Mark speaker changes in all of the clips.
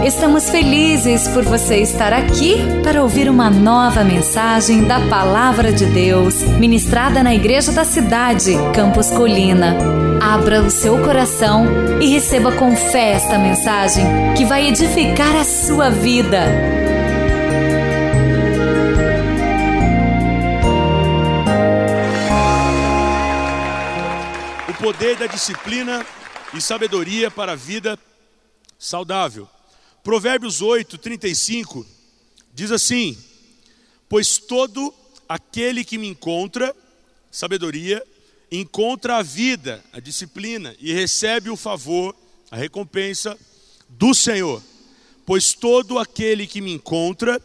Speaker 1: Estamos felizes por você estar aqui para ouvir uma nova mensagem da Palavra de Deus, ministrada na Igreja da Cidade, Campos Colina. Abra o seu coração e receba com fé esta mensagem que vai edificar a sua vida.
Speaker 2: O poder da disciplina e sabedoria para a vida saudável. Provérbios 8:35 diz assim: pois todo aquele que me encontra, sabedoria, encontra a vida, a disciplina, e recebe o favor, a recompensa do Senhor. Pois todo aquele que me encontra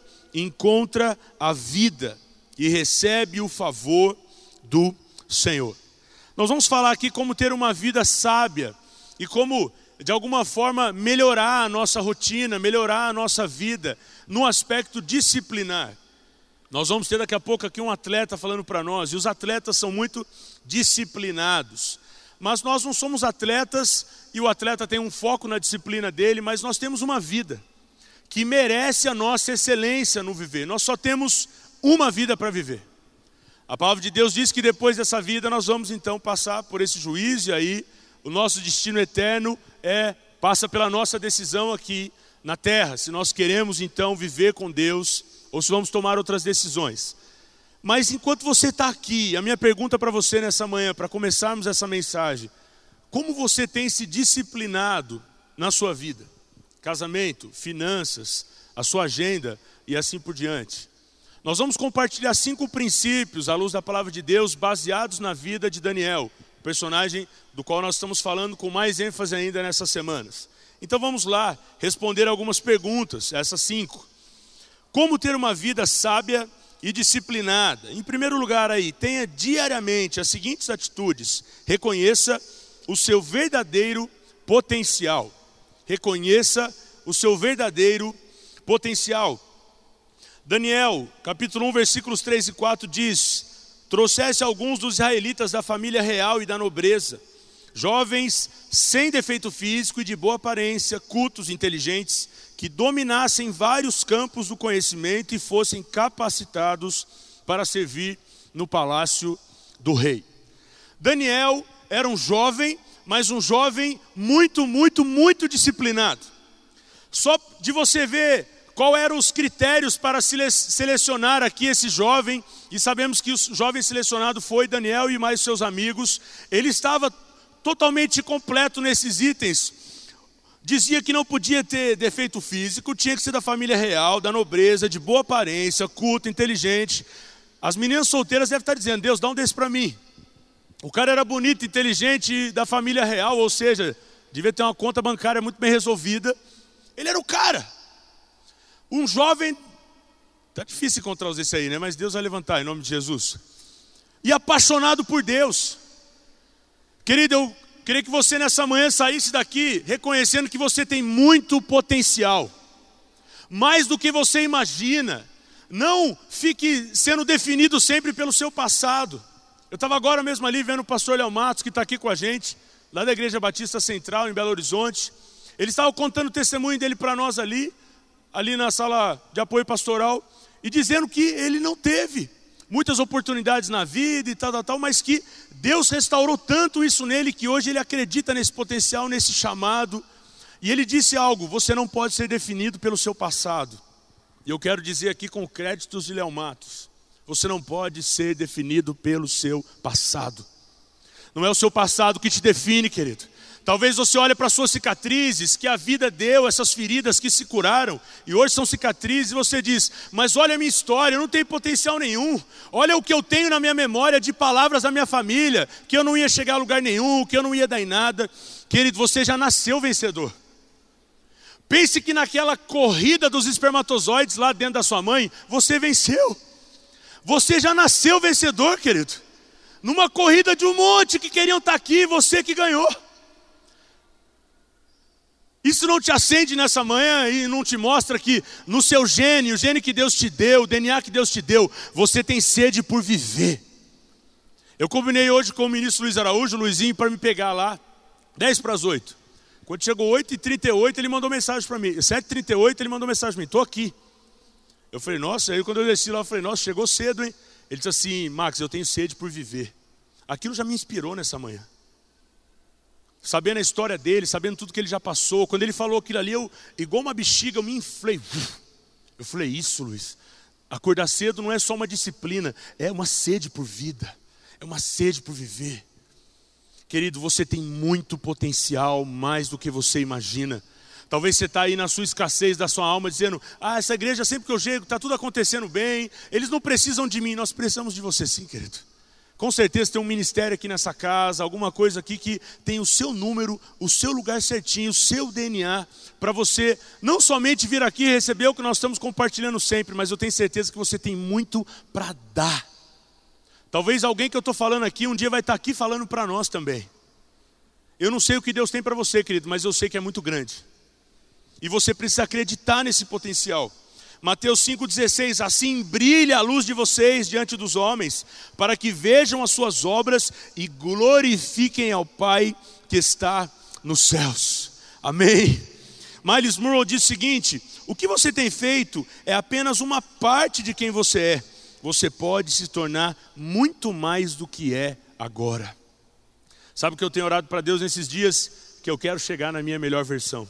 Speaker 2: a vida e recebe o favor do Senhor. Nós vamos falar aqui como ter uma vida sábia e como, de alguma forma, melhorar a nossa rotina, melhorar a nossa vida no aspecto disciplinar. Nós vamos ter daqui a pouco aqui um atleta falando para nós, e os atletas são muito disciplinados. Mas nós não somos atletas, e o atleta tem um foco na disciplina dele, mas nós temos uma vida que merece a nossa excelência no viver. Nós só temos uma vida para viver. A palavra de Deus diz que depois dessa vida nós vamos então passar por esse juízo, e aí o nosso destino eterno passa pela nossa decisão aqui na terra, se nós queremos então viver com Deus ou se vamos tomar outras decisões. Mas enquanto você está aqui, a minha pergunta para você nessa manhã, para começarmos essa mensagem: como você tem se disciplinado na sua vida? Casamento, finanças, a sua agenda e assim por diante. Nós vamos compartilhar 5 princípios à luz da palavra de Deus, baseados na vida de Daniel, o personagem do qual nós estamos falando com mais ênfase ainda nessas semanas. Então vamos lá responder algumas perguntas, essas 5. Como ter uma vida sábia e disciplinada? Em primeiro lugar aí, tenha diariamente as seguintes atitudes. Reconheça o seu verdadeiro potencial. Reconheça o seu verdadeiro potencial. Daniel, capítulo 1, versículos 3 e 4 diz: trouxesse alguns dos israelitas da família real e da nobreza, jovens sem defeito físico e de boa aparência, cultos, inteligentes, que dominassem vários campos do conhecimento e fossem capacitados para servir no palácio do rei. Daniel era um jovem, mas um jovem muito disciplinado. Só de você ver qual eram os critérios para selecionar aqui esse jovem, e sabemos que o jovem selecionado foi Daniel e mais seus amigos. Ele estava totalmente completo nesses itens. Dizia que não podia ter defeito físico, tinha que ser da família real, da nobreza, de boa aparência, culto, inteligente. As meninas solteiras devem estar dizendo: Deus, dá um desse para mim. O cara era bonito, inteligente, da família real, ou seja, devia ter uma conta bancária muito bem resolvida. Ele era o cara. Um jovem, tá difícil encontrar os desse aí, né? Mas Deus vai levantar em nome de Jesus. E apaixonado por Deus. Querido, eu queria que você nessa manhã saísse daqui reconhecendo que você tem muito potencial. Mais do que você imagina. Não fique sendo definido sempre pelo seu passado. Eu estava agora mesmo ali vendo o pastor Léo Matos, que está aqui com a gente, lá da Igreja Batista Central, em Belo Horizonte. Ele estava contando o testemunho dele para nós ali na sala de apoio pastoral, e dizendo que ele não teve muitas oportunidades na vida e tal, mas que Deus restaurou tanto isso nele, que hoje ele acredita nesse potencial, nesse chamado. E ele disse algo: você não pode ser definido pelo seu passado. E eu quero dizer aqui com créditos de Léo Matos: você não pode ser definido pelo seu passado. Não é o seu passado que te define, querido. Talvez você olhe para as suas cicatrizes, que a vida deu, essas feridas que se curaram, e hoje são cicatrizes, e você diz: mas olha a minha história, eu não tenho potencial nenhum. Olha o que eu tenho na minha memória de palavras da minha família, que eu não ia chegar a lugar nenhum, que eu não ia dar em nada. Querido, você já nasceu vencedor. Pense que naquela corrida dos espermatozoides lá dentro da sua mãe, você venceu. Você já nasceu vencedor, querido. Numa corrida de um monte que queriam estar aqui, você que ganhou. Isso não te acende nessa manhã e não te mostra que no seu gene, o gene que Deus te deu, o DNA que Deus te deu, você tem sede por viver. Eu combinei hoje com o ministro Luiz Araújo, o Luizinho, para me pegar lá, 7:50. Quando chegou 8h38, ele mandou mensagem para mim. 7h38, ele mandou mensagem para mim. Estou aqui. Eu falei, nossa. Aí quando eu desci lá, eu falei, nossa, chegou cedo, hein? Ele disse assim, Max, eu tenho sede por viver. Aquilo já me inspirou nessa manhã. Sabendo a história dele, sabendo tudo que ele já passou. Quando ele falou aquilo ali, igual uma bexiga, eu me inflei. Eu falei, isso, Luiz. Acordar cedo não é só uma disciplina, é uma sede por vida. É uma sede por viver. Querido, você tem muito potencial, mais do que você imagina. Talvez você está aí na sua escassez da sua alma, dizendo, essa igreja sempre que eu chego, está tudo acontecendo bem, eles não precisam de mim. Nós precisamos de você sim, querido. Com certeza tem um ministério aqui nessa casa, alguma coisa aqui que tem o seu número, o seu lugar certinho, o seu DNA, para você não somente vir aqui e receber o que nós estamos compartilhando sempre, mas eu tenho certeza que você tem muito para dar. Talvez alguém que eu estou falando aqui, um dia vai estar aqui falando para nós também. Eu não sei o que Deus tem para você, querido, mas eu sei que é muito grande. E você precisa acreditar nesse potencial. Mateus 5,16, assim brilha a luz de vocês diante dos homens, para que vejam as suas obras e glorifiquem ao Pai que está nos céus. Amém. Miles Monroe diz o seguinte, o que você tem feito é apenas uma parte de quem você é. Você pode se tornar muito mais do que é agora. Sabe o que eu tenho orado para Deus nesses dias? Que eu quero chegar na minha melhor versão.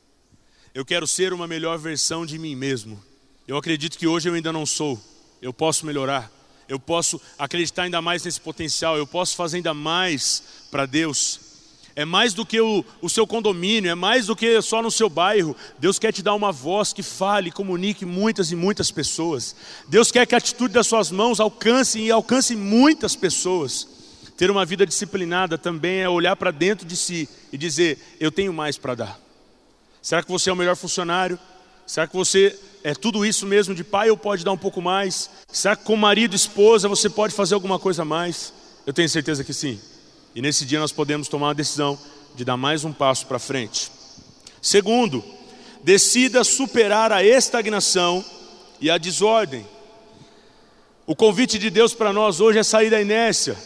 Speaker 2: Eu quero ser uma melhor versão de mim mesmo. Eu acredito que hoje eu ainda não sou. Eu posso melhorar. Eu posso acreditar ainda mais nesse potencial. Eu posso fazer ainda mais para Deus. É mais do que o seu condomínio, é mais do que só no seu bairro. Deus quer te dar uma voz que fale, comunique muitas e muitas pessoas. Deus quer que a atitude das suas mãos alcance muitas pessoas. Ter uma vida disciplinada também é olhar para dentro de si e dizer, eu tenho mais para dar. Será que você é o melhor funcionário? Será que você é tudo isso mesmo de pai ou pode dar um pouco mais? Será que com marido e esposa você pode fazer alguma coisa a mais? Eu tenho certeza que sim. E nesse dia nós podemos tomar uma decisão de dar mais um passo para frente. Segundo, decida superar a estagnação e a desordem. O convite de Deus para nós hoje é sair da inércia.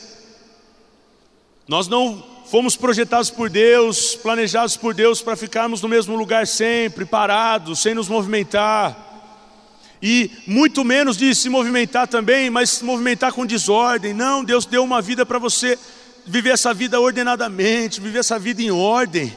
Speaker 2: Nós não fomos projetados por Deus, planejados por Deus para ficarmos no mesmo lugar sempre, parados, sem nos movimentar. E muito menos de se movimentar também, mas se movimentar com desordem. Não, Deus deu uma vida para você viver essa vida ordenadamente, viver essa vida em ordem.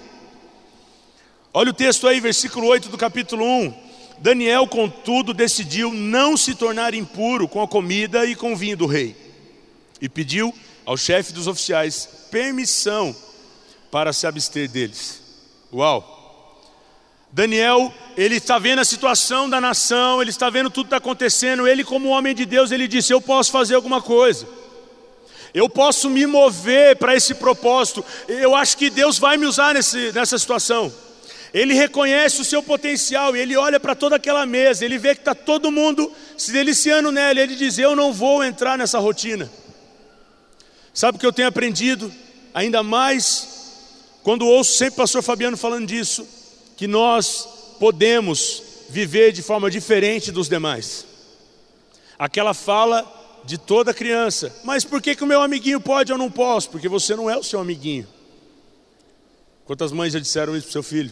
Speaker 2: Olha o texto aí, versículo 8 do capítulo 1. Daniel, contudo, decidiu não se tornar impuro com a comida e com o vinho do rei. E pediu ao chefe dos oficiais permissão para se abster deles. Uau! Daniel, ele está vendo a situação da nação, ele está vendo tudo que está acontecendo. Ele, como homem de Deus, ele disse, eu posso fazer alguma coisa. Eu posso me mover para esse propósito. Eu acho que Deus vai me usar nessa situação. Ele reconhece o seu potencial e ele olha para toda aquela mesa. Ele vê que está todo mundo se deliciando nela. Ele diz, eu não vou entrar nessa rotina. Sabe o que eu tenho aprendido? Ainda mais quando ouço sempre o pastor Fabiano falando disso. Que nós podemos viver de forma diferente dos demais. Aquela fala de toda criança, mas por que o meu amiguinho pode e eu não posso? Porque você não é o seu amiguinho. Quantas mães já disseram isso para o seu filho?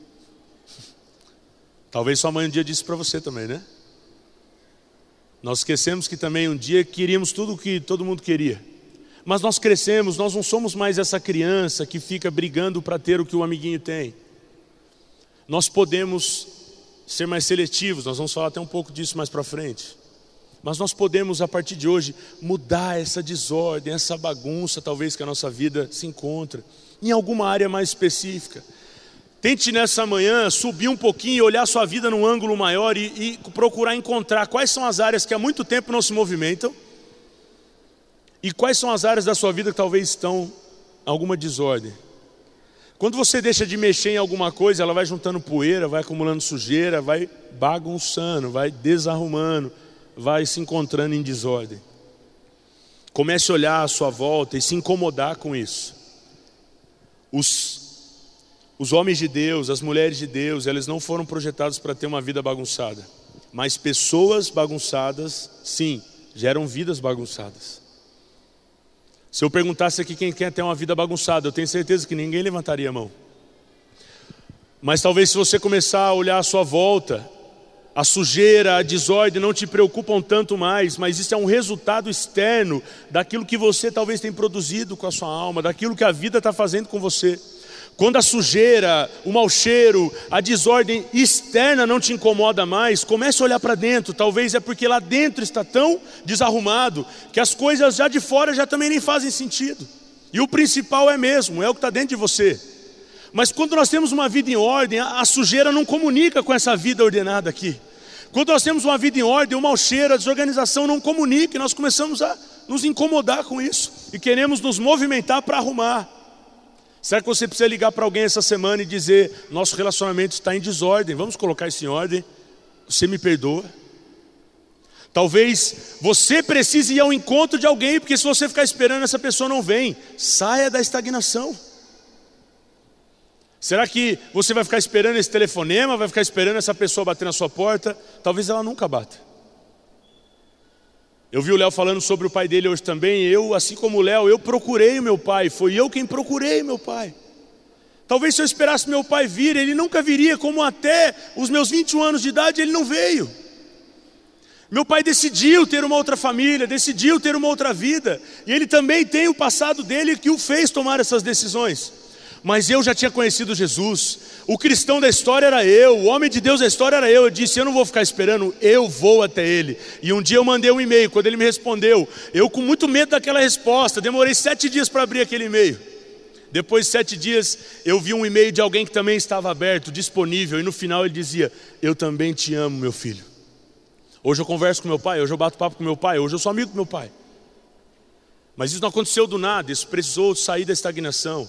Speaker 2: Talvez sua mãe um dia disse para você também, né? Nós esquecemos que também um dia queríamos tudo o que todo mundo queria. Mas nós crescemos, nós não somos mais essa criança que fica brigando para ter o que o amiguinho tem. Nós podemos ser mais seletivos, nós vamos falar até um pouco disso mais para frente. Mas nós podemos, a partir de hoje, mudar essa desordem, essa bagunça talvez que a nossa vida se encontra, em alguma área mais específica. Tente nessa manhã subir um pouquinho e olhar sua vida num ângulo maior e procurar encontrar quais são as áreas que há muito tempo não se movimentam e quais são as áreas da sua vida que talvez estão em alguma desordem. Quando você deixa de mexer em alguma coisa, ela vai juntando poeira, vai acumulando sujeira, vai bagunçando, vai desarrumando, vai se encontrando em desordem. Comece a olhar à sua volta e se incomodar com isso. Os homens de Deus, as mulheres de Deus, elas não foram projetados para ter uma vida bagunçada. Mas pessoas bagunçadas, sim, geram vidas bagunçadas. Se eu perguntasse aqui quem quer ter uma vida bagunçada, eu tenho certeza que ninguém levantaria a mão. Mas talvez se você começar a olhar à sua volta, a sujeira, a desordem não te preocupam tanto mais, mas isso é um resultado externo daquilo que você talvez tenha produzido com a sua alma, daquilo que a vida está fazendo com você. Quando a sujeira, o mau cheiro, a desordem externa não te incomoda mais, comece a olhar para dentro. Talvez é porque lá dentro está tão desarrumado que as coisas já de fora já também nem fazem sentido. E o principal é mesmo, é o que está dentro de você. Mas quando nós temos uma vida em ordem, a sujeira não comunica com essa vida ordenada aqui. Quando nós temos uma vida em ordem, o mau cheiro, a desorganização não comunica, e nós começamos a nos incomodar com isso e queremos nos movimentar para arrumar. Será que você precisa ligar para alguém essa semana e dizer: nosso relacionamento está em desordem, vamos colocar isso em ordem, você me perdoa? Talvez você precise ir ao encontro de alguém, porque se você ficar esperando, essa pessoa não vem. Saia da estagnação. Será que você vai ficar esperando esse telefonema, vai ficar esperando essa pessoa bater na sua porta? Talvez ela nunca bata. Eu vi o Léo falando sobre o pai dele hoje também. Eu, assim como o Léo, eu procurei o meu pai. Foi eu quem procurei o meu pai. Talvez se eu esperasse meu pai vir, ele nunca viria, como até os meus 21 anos de idade ele não veio. Meu pai decidiu ter uma outra família, decidiu ter uma outra vida. E ele também tem o passado dele que o fez tomar essas decisões. Mas eu já tinha conhecido Jesus. O cristão da história era eu, o homem de Deus da história era eu. Eu disse: eu não vou ficar esperando, eu vou até ele. E um dia eu mandei um e-mail, quando ele me respondeu, eu com muito medo daquela resposta, demorei 7 dias para abrir aquele e-mail. Depois de 7 dias, eu vi um e-mail de alguém que também estava aberto, disponível. E no final ele dizia: eu também te amo, meu filho. Hoje eu converso com meu pai, hoje eu bato papo com meu pai, hoje eu sou amigo do meu pai. Mas isso não aconteceu do nada, isso precisou sair da estagnação.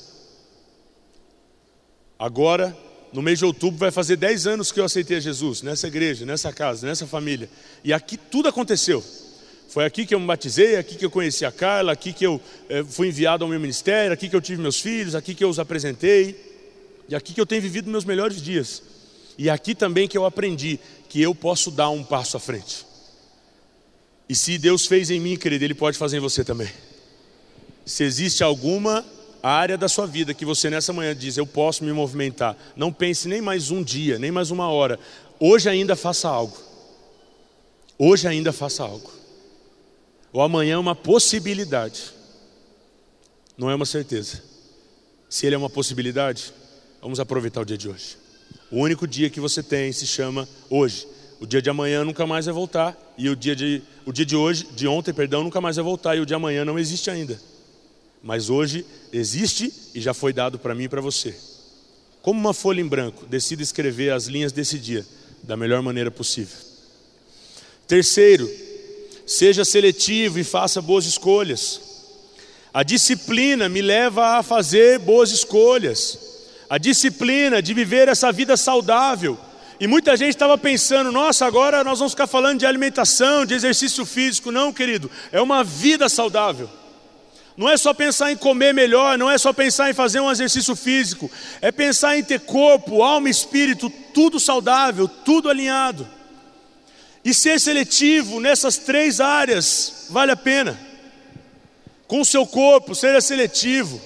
Speaker 2: Agora, no mês de outubro, vai fazer 10 anos que eu aceitei a Jesus, nessa igreja, nessa casa, nessa família. E aqui tudo aconteceu. Foi aqui que eu me batizei, aqui que eu conheci a Carla, aqui que eu fui enviado ao meu ministério, aqui que eu tive meus filhos, aqui que eu os apresentei. E aqui que eu tenho vivido meus melhores dias. E aqui também que eu aprendi que eu posso dar um passo à frente. E se Deus fez em mim, querido, Ele pode fazer em você também. Se existe alguma área da sua vida que você nessa manhã diz: eu posso me movimentar, não pense nem mais um dia, nem mais uma hora. Hoje ainda faça algo. Hoje ainda faça algo. Ou amanhã é uma possibilidade. Não é uma certeza. Se ele é uma possibilidade, vamos aproveitar o dia de hoje. O único dia que você tem se chama hoje. O dia de amanhã nunca mais vai voltar. E o dia de ontem, nunca mais vai voltar. E o de amanhã não existe ainda. Mas hoje existe e já foi dado para mim e para você. Como uma folha em branco, decida escrever as linhas desse dia da melhor maneira possível. Terceiro, seja seletivo e faça boas escolhas. A disciplina me leva a fazer boas escolhas. A disciplina de viver essa vida saudável. E muita gente estava pensando: nossa, agora nós vamos ficar falando de alimentação, de exercício físico. Não, querido, é uma vida saudável. Não é só pensar em comer melhor, não é só pensar em fazer um exercício físico. É pensar em ter corpo, alma e espírito, tudo saudável, tudo alinhado. E ser seletivo nessas 3 áreas vale a pena. Com o seu corpo, seja seletivo.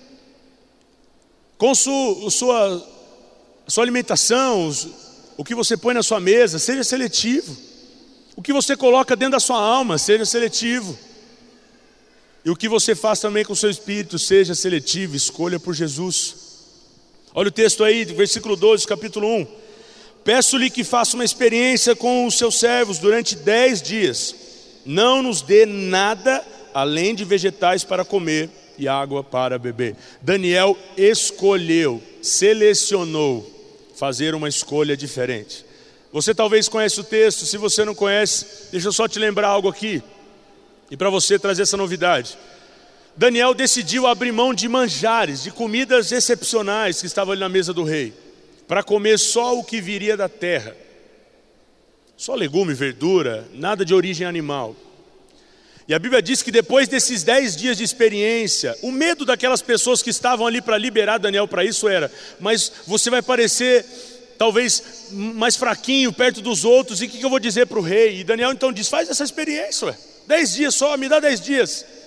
Speaker 2: Com sua alimentação, o que você põe na sua mesa, seja seletivo. O que você coloca dentro da sua alma, seja seletivo. E o que você faz também com o seu espírito, seja seletivo, escolha por Jesus. Olha o texto aí, versículo 12, capítulo 1. Peço-lhe que faça uma experiência com os seus servos durante 10 dias. Não nos dê nada além de vegetais para comer e água para beber. Daniel escolheu, selecionou fazer uma escolha diferente. Você talvez conhece o texto, se você não conhece, deixa eu só te lembrar algo aqui. E para você trazer essa novidade. Daniel decidiu abrir mão de manjares, de comidas excepcionais que estavam ali na mesa do rei, para comer só o que viria da terra. Só legume, verdura, nada de origem animal. E a Bíblia diz que depois desses 10 dias de experiência, o medo daquelas pessoas que estavam ali para liberar Daniel para isso era: mas você vai parecer talvez mais fraquinho perto dos outros, e o que eu vou dizer para o rei? E Daniel então diz: faz essa experiência, 10 dias só, me dá 10 dias.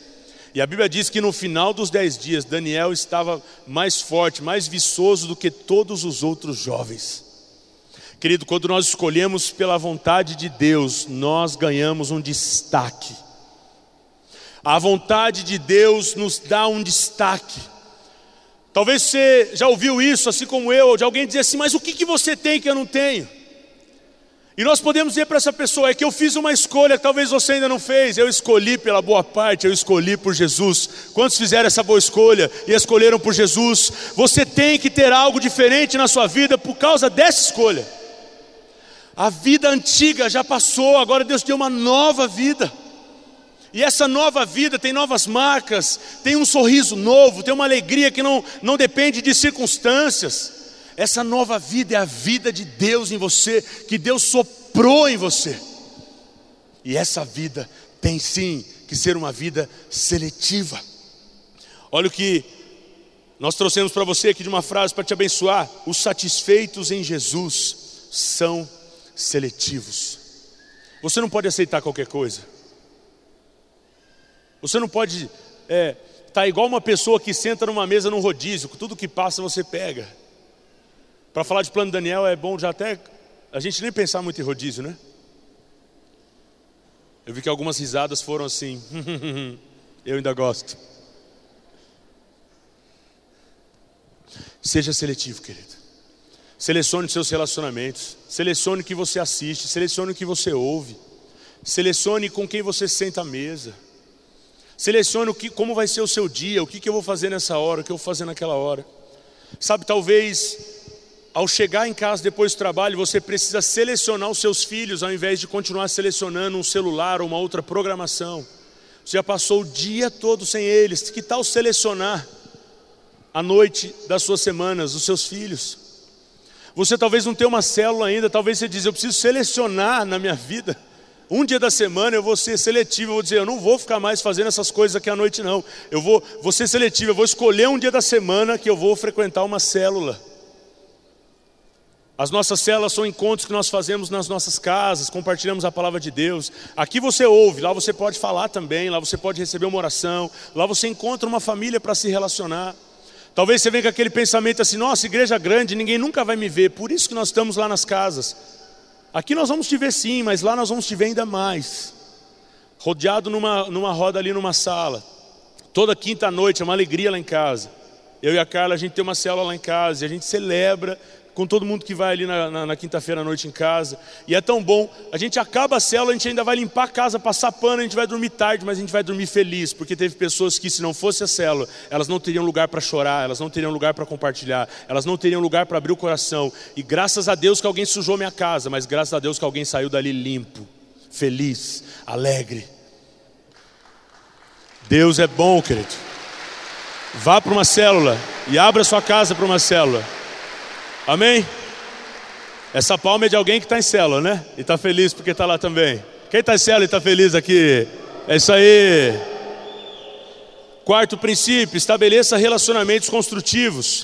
Speaker 2: E a Bíblia diz que no final dos 10 dias, Daniel estava mais forte, mais viçoso do que todos os outros jovens. Querido, quando nós escolhemos pela vontade de Deus, nós ganhamos um destaque. A vontade de Deus nos dá um destaque. Talvez você já ouviu isso, assim como eu, de alguém dizer assim, mas o que você tem que eu não tenho? E nós podemos dizer para essa pessoa, é que eu fiz uma escolha que talvez você ainda não fez. Eu escolhi pela boa parte, eu escolhi por Jesus. Quantos fizeram essa boa escolha e escolheram por Jesus? Você tem que ter algo diferente na sua vida por causa dessa escolha. A vida antiga já passou, agora Deus deu uma nova vida. E essa nova vida tem novas marcas, tem um sorriso novo, tem uma alegria que não depende de circunstâncias. Essa nova vida é a vida de Deus em você, que Deus soprou em você. E essa vida tem sim que ser uma vida seletiva. Olha o que nós trouxemos para você aqui de uma frase para te abençoar. Os satisfeitos em Jesus são seletivos. Você não pode aceitar qualquer coisa. Você não pode tá igual uma pessoa que senta numa mesa num rodízio, tudo que passa você pega. Para falar de plano Daniel é bom já até a gente nem pensar muito em rodízio, né? Eu vi que algumas risadas foram assim, eu ainda gosto. Seja seletivo, querido. Selecione os seus relacionamentos, selecione o que você assiste, selecione o que você ouve, selecione com quem você senta à mesa. Selecione como vai ser o seu dia, o que eu vou fazer nessa hora, o que eu vou fazer naquela hora. Sabe, talvez ao chegar em casa depois do trabalho, você precisa selecionar os seus filhos, ao invés de continuar selecionando um celular ou uma outra programação. Você já passou o dia todo sem eles, que tal selecionar a noite das suas semanas, os seus filhos? Você talvez não tenha uma célula ainda, talvez você diz, eu preciso selecionar na minha vida. Um dia da semana eu vou ser seletivo, eu vou dizer, eu não vou ficar mais fazendo essas coisas aqui à noite não. Eu vou ser seletivo, eu vou escolher um dia da semana que eu vou frequentar uma célula. As nossas células são encontros que nós fazemos nas nossas casas, compartilhamos a palavra de Deus. Aqui você ouve, lá você pode falar também, lá você pode receber uma oração, lá você encontra uma família para se relacionar. Talvez você venha com aquele pensamento assim, nossa, igreja grande, ninguém nunca vai me ver, por isso que nós estamos lá nas casas. Aqui nós vamos te ver sim, mas lá nós vamos te ver ainda mais. Rodeado numa roda ali numa sala. Toda quinta-noite é uma alegria lá em casa. Eu e a Carla, a gente tem uma célula lá em casa e a gente celebra com todo mundo que vai ali na quinta-feira à noite em casa. E é tão bom, a gente acaba a célula, a gente ainda vai limpar a casa, passar pano, a gente vai dormir tarde, mas a gente vai dormir feliz, porque teve pessoas que se não fosse a célula, elas não teriam lugar para chorar, elas não teriam lugar para compartilhar, elas não teriam lugar para abrir o coração. E graças a Deus que alguém sujou minha casa, mas graças a Deus que alguém saiu dali limpo, feliz, alegre. Deus é bom, querido. Vá para uma célula e abra sua casa para uma célula. Amém? Essa palma é de alguém que está em célula, né? E está feliz porque está lá também. Quem está em célula e está feliz aqui? É isso aí. Quarto princípio, estabeleça relacionamentos construtivos.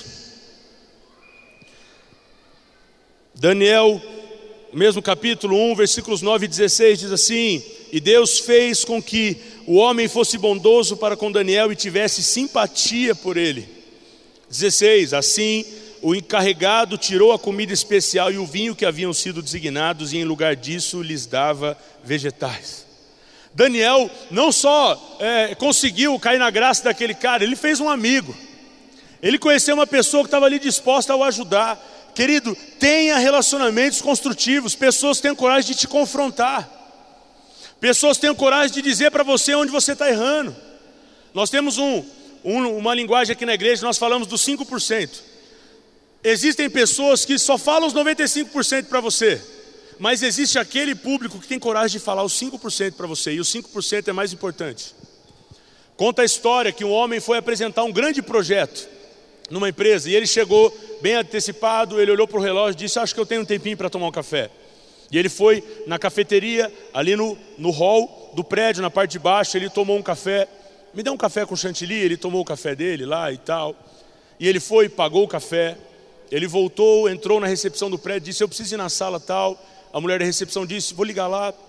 Speaker 2: Daniel, mesmo capítulo 1, versículos 9 e 16, diz assim: e Deus fez com que o homem fosse bondoso para com Daniel e tivesse simpatia por ele. 16, assim o encarregado tirou a comida especial e o vinho que haviam sido designados, e em lugar disso lhes dava vegetais. Daniel não só conseguiu cair na graça daquele cara, ele fez um amigo. Ele conheceu uma pessoa que estava ali disposta a o ajudar. Querido, tenha relacionamentos construtivos. Pessoas tenham coragem de te confrontar. Pessoas tenham coragem de dizer para você onde você está errando. Nós temos uma linguagem aqui na igreja, nós falamos dos 5%. Existem pessoas que só falam os 95% para você, mas existe aquele público que tem coragem de falar os 5% para você, e os 5% é mais importante. Conta a história que um homem foi apresentar um grande projeto numa empresa, e ele chegou bem antecipado, ele olhou para o relógio e disse, acho que eu tenho um tempinho para tomar um café. E ele foi na cafeteria, ali no hall do prédio, na parte de baixo, ele tomou um café. Me dá um café com chantilly, ele tomou o café dele lá e tal. E ele foi, pagou o café. Ele voltou, entrou na recepção do prédio, disse, eu preciso ir na sala tal. A mulher da recepção disse, vou ligar lá.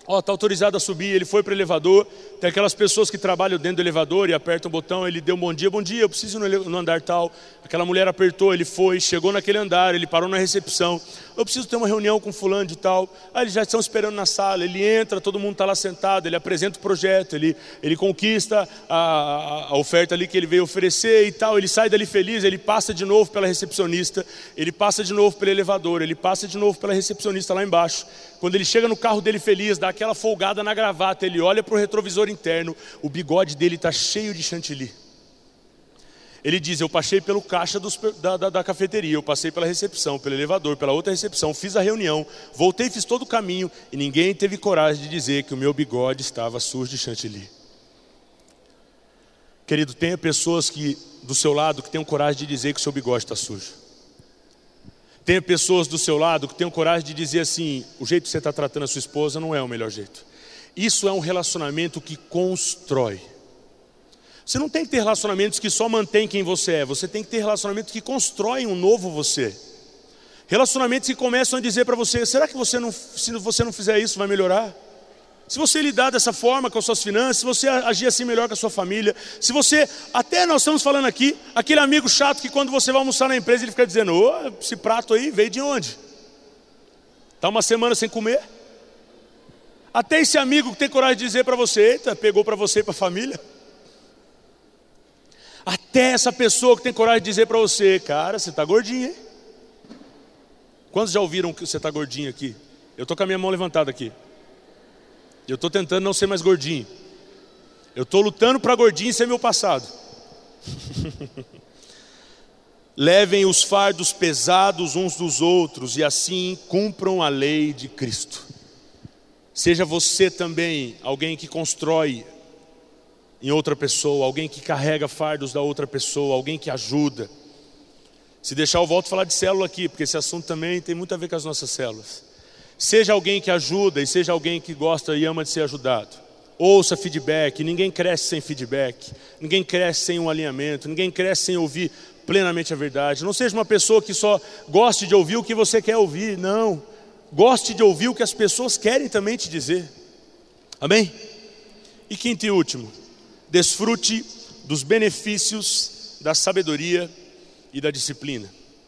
Speaker 2: Está autorizado a subir. Ele foi para o elevador. Tem aquelas pessoas que trabalham dentro do elevador e apertam o botão. Ele deu um bom dia, eu preciso ir no andar tal. Aquela mulher apertou, ele foi, chegou naquele andar, ele parou na recepção. Eu preciso ter uma reunião com fulano de tal. Eles já estão esperando na sala. Ele entra, todo mundo está lá sentado, ele apresenta o projeto, ele conquista a oferta ali que ele veio oferecer e tal. Ele sai dali feliz, ele passa de novo pela recepcionista, ele passa de novo pelo elevador, ele passa de novo pela recepcionista lá embaixo. Quando ele chega no carro dele feliz, dá aquela folgada na gravata, ele olha para o retrovisor interno, o bigode dele está cheio de chantilly. Ele diz: eu passei pelo caixa da cafeteria, eu passei pela recepção, pelo elevador, pela outra recepção, fiz a reunião, voltei, fiz todo o caminho e ninguém teve coragem de dizer que o meu bigode estava sujo de chantilly. Querido, tenha pessoas do seu lado que tenham coragem de dizer que o seu bigode está sujo. Tenha pessoas do seu lado que tenham coragem de dizer assim: o jeito que você está tratando a sua esposa não é o melhor jeito. Isso é um relacionamento que constrói. Você não tem que ter relacionamentos que só mantêm quem você é. Você tem que ter relacionamentos que constroem um novo você. Relacionamentos que começam a dizer para você: será que se você não fizer isso vai melhorar? Se você lidar dessa forma com as suas finanças, se você agir assim melhor com a sua família, se você, até nós estamos falando aqui, aquele amigo chato que quando você vai almoçar na empresa ele fica dizendo: esse prato aí veio de onde? Está uma semana sem comer? Até esse amigo que tem coragem de dizer para você: eita, pegou para você e para a família. Até essa pessoa que tem coragem de dizer para você: cara, você está gordinho, hein? Quantos já ouviram que você está gordinho aqui? Eu estou com a minha mão levantada aqui. Eu estou tentando não ser mais gordinho. Eu estou lutando para gordinho ser meu passado. Levem os fardos pesados uns dos outros e assim cumpram a lei de Cristo. Seja você também alguém que constrói em outra pessoa, alguém que carrega fardos da outra pessoa, alguém que ajuda. Se deixar eu volto a falar de célula aqui, porque esse assunto também tem muito a ver com as nossas células. Seja alguém que ajuda e seja alguém que gosta e ama de ser ajudado. Ouça feedback, ninguém cresce sem feedback, ninguém cresce sem um alinhamento, ninguém cresce sem ouvir plenamente a verdade. Não seja uma pessoa que só goste de ouvir o que você quer ouvir, não. Goste de ouvir o que as pessoas querem também te dizer. Amém? E quinto e último, desfrute dos benefícios da sabedoria e da disciplina.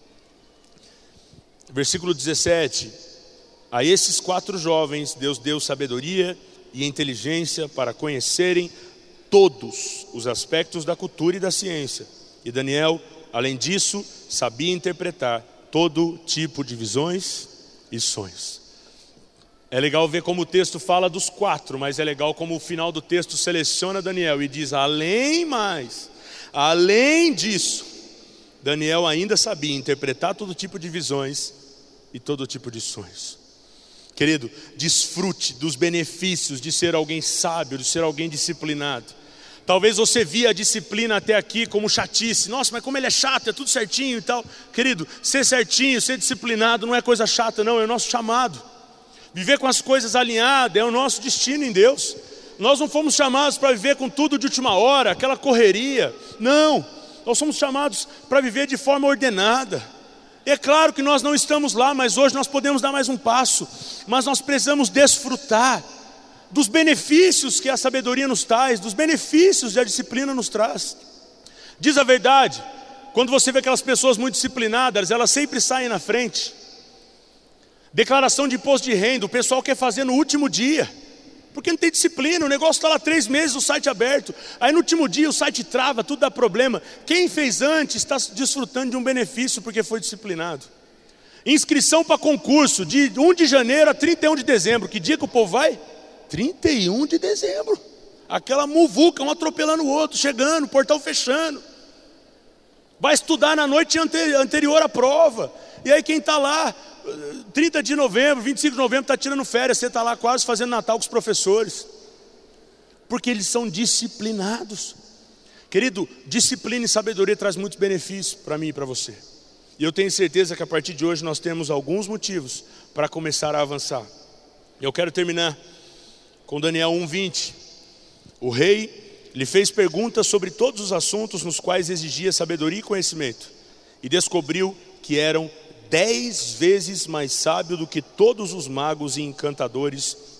Speaker 2: Versículo 17. A esses 4 jovens Deus deu sabedoria e inteligência para conhecerem todos os aspectos da cultura e da ciência. E Daniel, além disso, sabia interpretar todo tipo de visões e sonhos. É legal ver como o texto fala dos 4, mas é legal como o final do texto seleciona Daniel e diz: além disso, Daniel ainda sabia interpretar todo tipo de visões e todo tipo de sonhos. Querido, desfrute dos benefícios de ser alguém sábio, de ser alguém disciplinado. Talvez você via a disciplina até aqui como chatice. Nossa, mas como ele é chato, é tudo certinho e tal. Querido, ser certinho, ser disciplinado não é coisa chata não, é o nosso chamado. Viver com as coisas alinhadas é o nosso destino em Deus. Nós não fomos chamados para viver com tudo de última hora, aquela correria. Não, nós somos chamados para viver de forma ordenada. É claro que nós não estamos lá, mas hoje nós podemos dar mais um passo. Mas nós precisamos desfrutar dos benefícios que a sabedoria nos traz, dos benefícios que a disciplina nos traz. Diz a verdade, quando você vê aquelas pessoas muito disciplinadas, elas sempre saem na frente. Declaração de imposto de renda, o pessoal quer fazer no último dia, porque não tem disciplina, o negócio está lá 3 meses, o site aberto. Aí no último dia o site trava, tudo dá problema. Quem fez antes está desfrutando de um benefício porque foi disciplinado. Inscrição para concurso, de 1 de janeiro a 31 de dezembro. Que dia que o povo vai? 31 de dezembro. Aquela muvuca, um atropelando o outro, chegando, portão fechando. Vai estudar na noite anterior à prova. E aí quem está lá, 30 de novembro, 25 de novembro, está tirando férias, você está lá quase fazendo Natal com os professores. Porque eles são disciplinados. Querido, disciplina e sabedoria traz muitos benefícios para mim e para você. E eu tenho certeza que a partir de hoje nós temos alguns motivos para começar a avançar. Eu quero terminar com Daniel 1:20. O rei lhe fez perguntas sobre todos os assuntos nos quais exigia sabedoria e conhecimento. E descobriu que eram 10 vezes mais sábio do que todos os magos e encantadores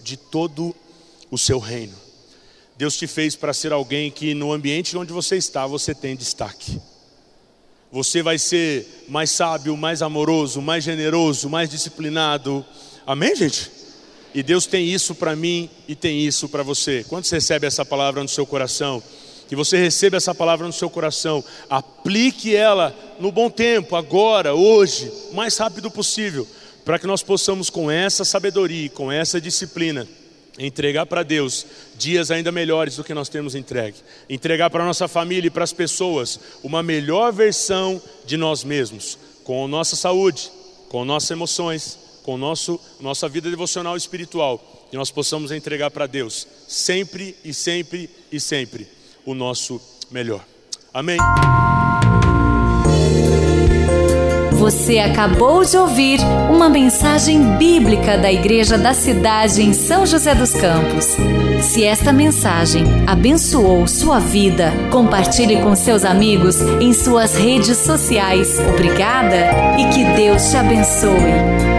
Speaker 2: de todo o seu reino. Deus te fez para ser alguém que no ambiente onde você está, você tem destaque. Você vai ser mais sábio, mais amoroso, mais generoso, mais disciplinado. Amém, gente? E Deus tem isso para mim e tem isso para você. Quando você recebe essa palavra no seu coração, que você receba essa palavra no seu coração, aplique ela no bom tempo, agora, hoje, o mais rápido possível, para que nós possamos com essa sabedoria, com essa disciplina, entregar para Deus dias ainda melhores do que nós temos entregue. Entregar para a nossa família e para as pessoas uma melhor versão de nós mesmos, com a nossa saúde, com nossas emoções, com nossa vida devocional e espiritual, que nós possamos entregar para Deus sempre e sempre e sempre o nosso melhor. Amém?
Speaker 1: Você acabou de ouvir uma mensagem bíblica da Igreja da Cidade em São José dos Campos. Se esta mensagem abençoou sua vida, compartilhe com seus amigos em suas redes sociais. Obrigada e que Deus te abençoe.